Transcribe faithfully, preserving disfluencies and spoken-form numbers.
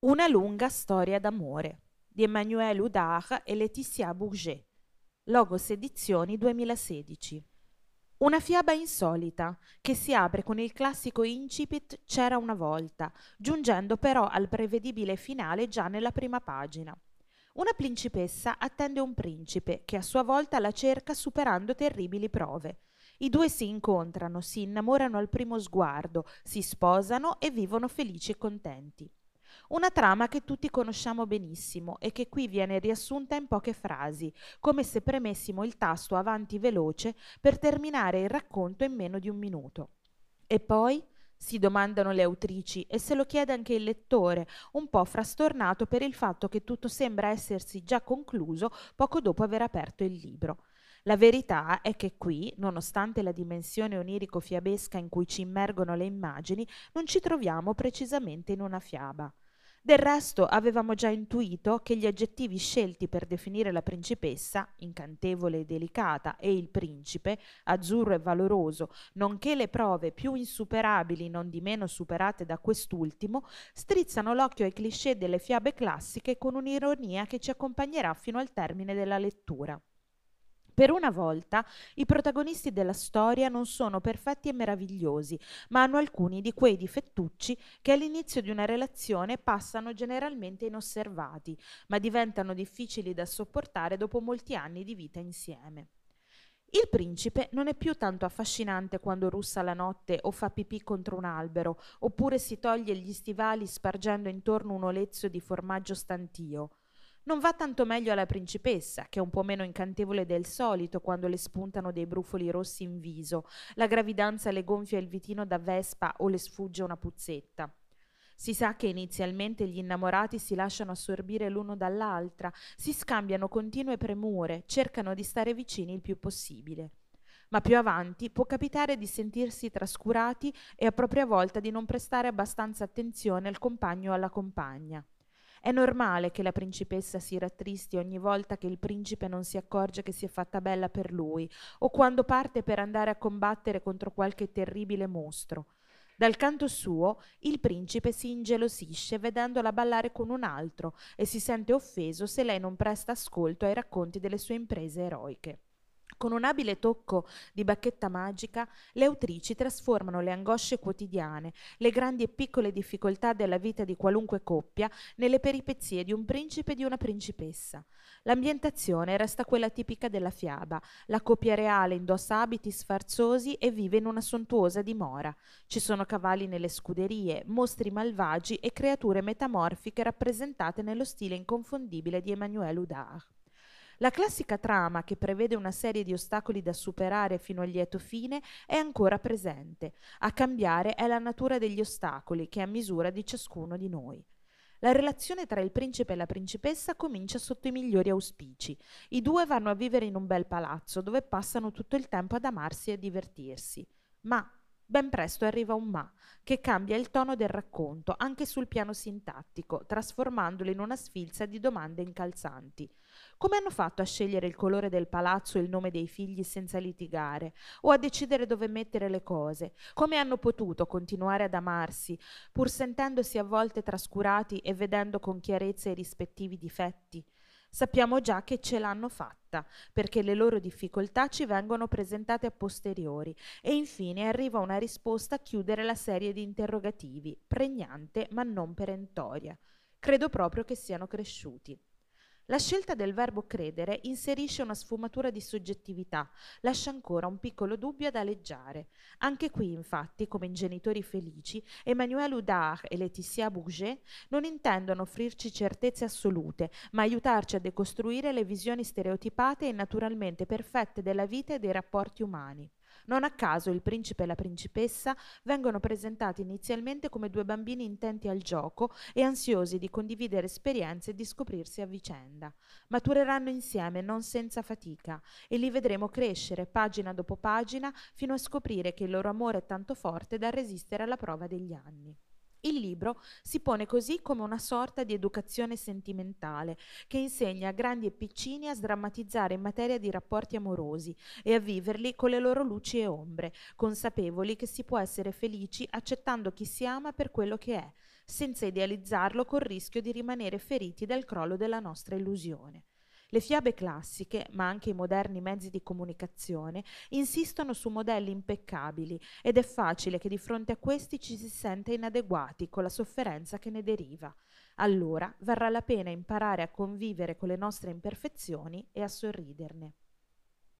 Una lunga storia d'amore di Emmanuel Oudard e Laetitia Bourget. Logos Edizioni duemilasedici. Una fiaba insolita che si apre con il classico incipit "C'era una volta", giungendo però al prevedibile finale già nella prima pagina. Una principessa attende un principe che a sua volta la cerca superando terribili prove. I due si incontrano, si innamorano al primo sguardo, si sposano e vivono felici e contenti. Una trama che tutti conosciamo benissimo e che qui viene riassunta in poche frasi, come se premessimo il tasto avanti veloce per terminare il racconto in meno di un minuto. E poi? Si domandano le autrici e se lo chiede anche il lettore, un po' frastornato per il fatto che tutto sembra essersi già concluso poco dopo aver aperto il libro. La verità è che qui, nonostante la dimensione onirico-fiabesca in cui ci immergono le immagini, non ci troviamo precisamente in una fiaba. Del resto avevamo già intuito che gli aggettivi scelti per definire la principessa, incantevole e delicata, e il principe, azzurro e valoroso, nonché le prove più insuperabili non di meno superate da quest'ultimo, strizzano l'occhio ai cliché delle fiabe classiche con un'ironia che ci accompagnerà fino al termine della lettura. Per una volta i protagonisti della storia non sono perfetti e meravigliosi, ma hanno alcuni di quei difettucci che all'inizio di una relazione passano generalmente inosservati, ma diventano difficili da sopportare dopo molti anni di vita insieme. Il principe non è più tanto affascinante quando russa la notte o fa pipì contro un albero, oppure si toglie gli stivali spargendo intorno un olezzo di formaggio stantio. Non va tanto meglio alla principessa, che è un po' meno incantevole del solito quando le spuntano dei brufoli rossi in viso, la gravidanza le gonfia il vitino da vespa o le sfugge una puzzetta. Si sa che inizialmente gli innamorati si lasciano assorbire l'uno dall'altra, si scambiano continue premure, cercano di stare vicini il più possibile. Ma più avanti può capitare di sentirsi trascurati e a propria volta di non prestare abbastanza attenzione al compagno o alla compagna. È normale che la principessa si rattristi ogni volta che il principe non si accorge che si è fatta bella per lui, o quando parte per andare a combattere contro qualche terribile mostro. Dal canto suo, il principe si ingelosisce vedendola ballare con un altro e si sente offeso se lei non presta ascolto ai racconti delle sue imprese eroiche. Con un abile tocco di bacchetta magica, le autrici trasformano le angosce quotidiane, le grandi e piccole difficoltà della vita di qualunque coppia, nelle peripezie di un principe e di una principessa. L'ambientazione resta quella tipica della fiaba. La coppia reale indossa abiti sfarzosi e vive in una sontuosa dimora. Ci sono cavalli nelle scuderie, mostri malvagi e creature metamorfiche rappresentate nello stile inconfondibile di Emmanuel Oudard. La classica trama che prevede una serie di ostacoli da superare fino al lieto fine è ancora presente. A cambiare è la natura degli ostacoli, che è a misura di ciascuno di noi. La relazione tra il principe e la principessa comincia sotto i migliori auspici. I due vanno a vivere in un bel palazzo dove passano tutto il tempo ad amarsi e a divertirsi. Ma ben presto arriva un ma, che cambia il tono del racconto, anche sul piano sintattico, trasformandolo in una sfilza di domande incalzanti. Come hanno fatto a scegliere il colore del palazzo e il nome dei figli senza litigare, o a decidere dove mettere le cose? Come hanno potuto continuare ad amarsi, pur sentendosi a volte trascurati e vedendo con chiarezza i rispettivi difetti? Sappiamo già che ce l'hanno fatta, perché le loro difficoltà ci vengono presentate a posteriori e infine arriva una risposta a chiudere la serie di interrogativi, pregnante ma non perentoria. Credo proprio che siano cresciuti. La scelta del verbo credere inserisce una sfumatura di soggettività, lascia ancora un piccolo dubbio ad aleggiare. Anche qui, infatti, come in Genitori felici, Emmanuel Oudard e Laetitia Bourget non intendono offrirci certezze assolute, ma aiutarci a decostruire le visioni stereotipate e naturalmente perfette della vita e dei rapporti umani. Non a caso il principe e la principessa vengono presentati inizialmente come due bambini intenti al gioco e ansiosi di condividere esperienze e di scoprirsi a vicenda. Matureranno insieme non senza fatica e li vedremo crescere pagina dopo pagina fino a scoprire che il loro amore è tanto forte da resistere alla prova degli anni. Il libro si pone così come una sorta di educazione sentimentale che insegna a grandi e piccini a sdrammatizzare in materia di rapporti amorosi e a viverli con le loro luci e ombre, consapevoli che si può essere felici accettando chi si ama per quello che è, senza idealizzarlo col rischio di rimanere feriti dal crollo della nostra illusione. Le fiabe classiche, ma anche i moderni mezzi di comunicazione, insistono su modelli impeccabili ed è facile che di fronte a questi ci si senta inadeguati con la sofferenza che ne deriva. Allora varrà la pena imparare a convivere con le nostre imperfezioni e a sorriderne.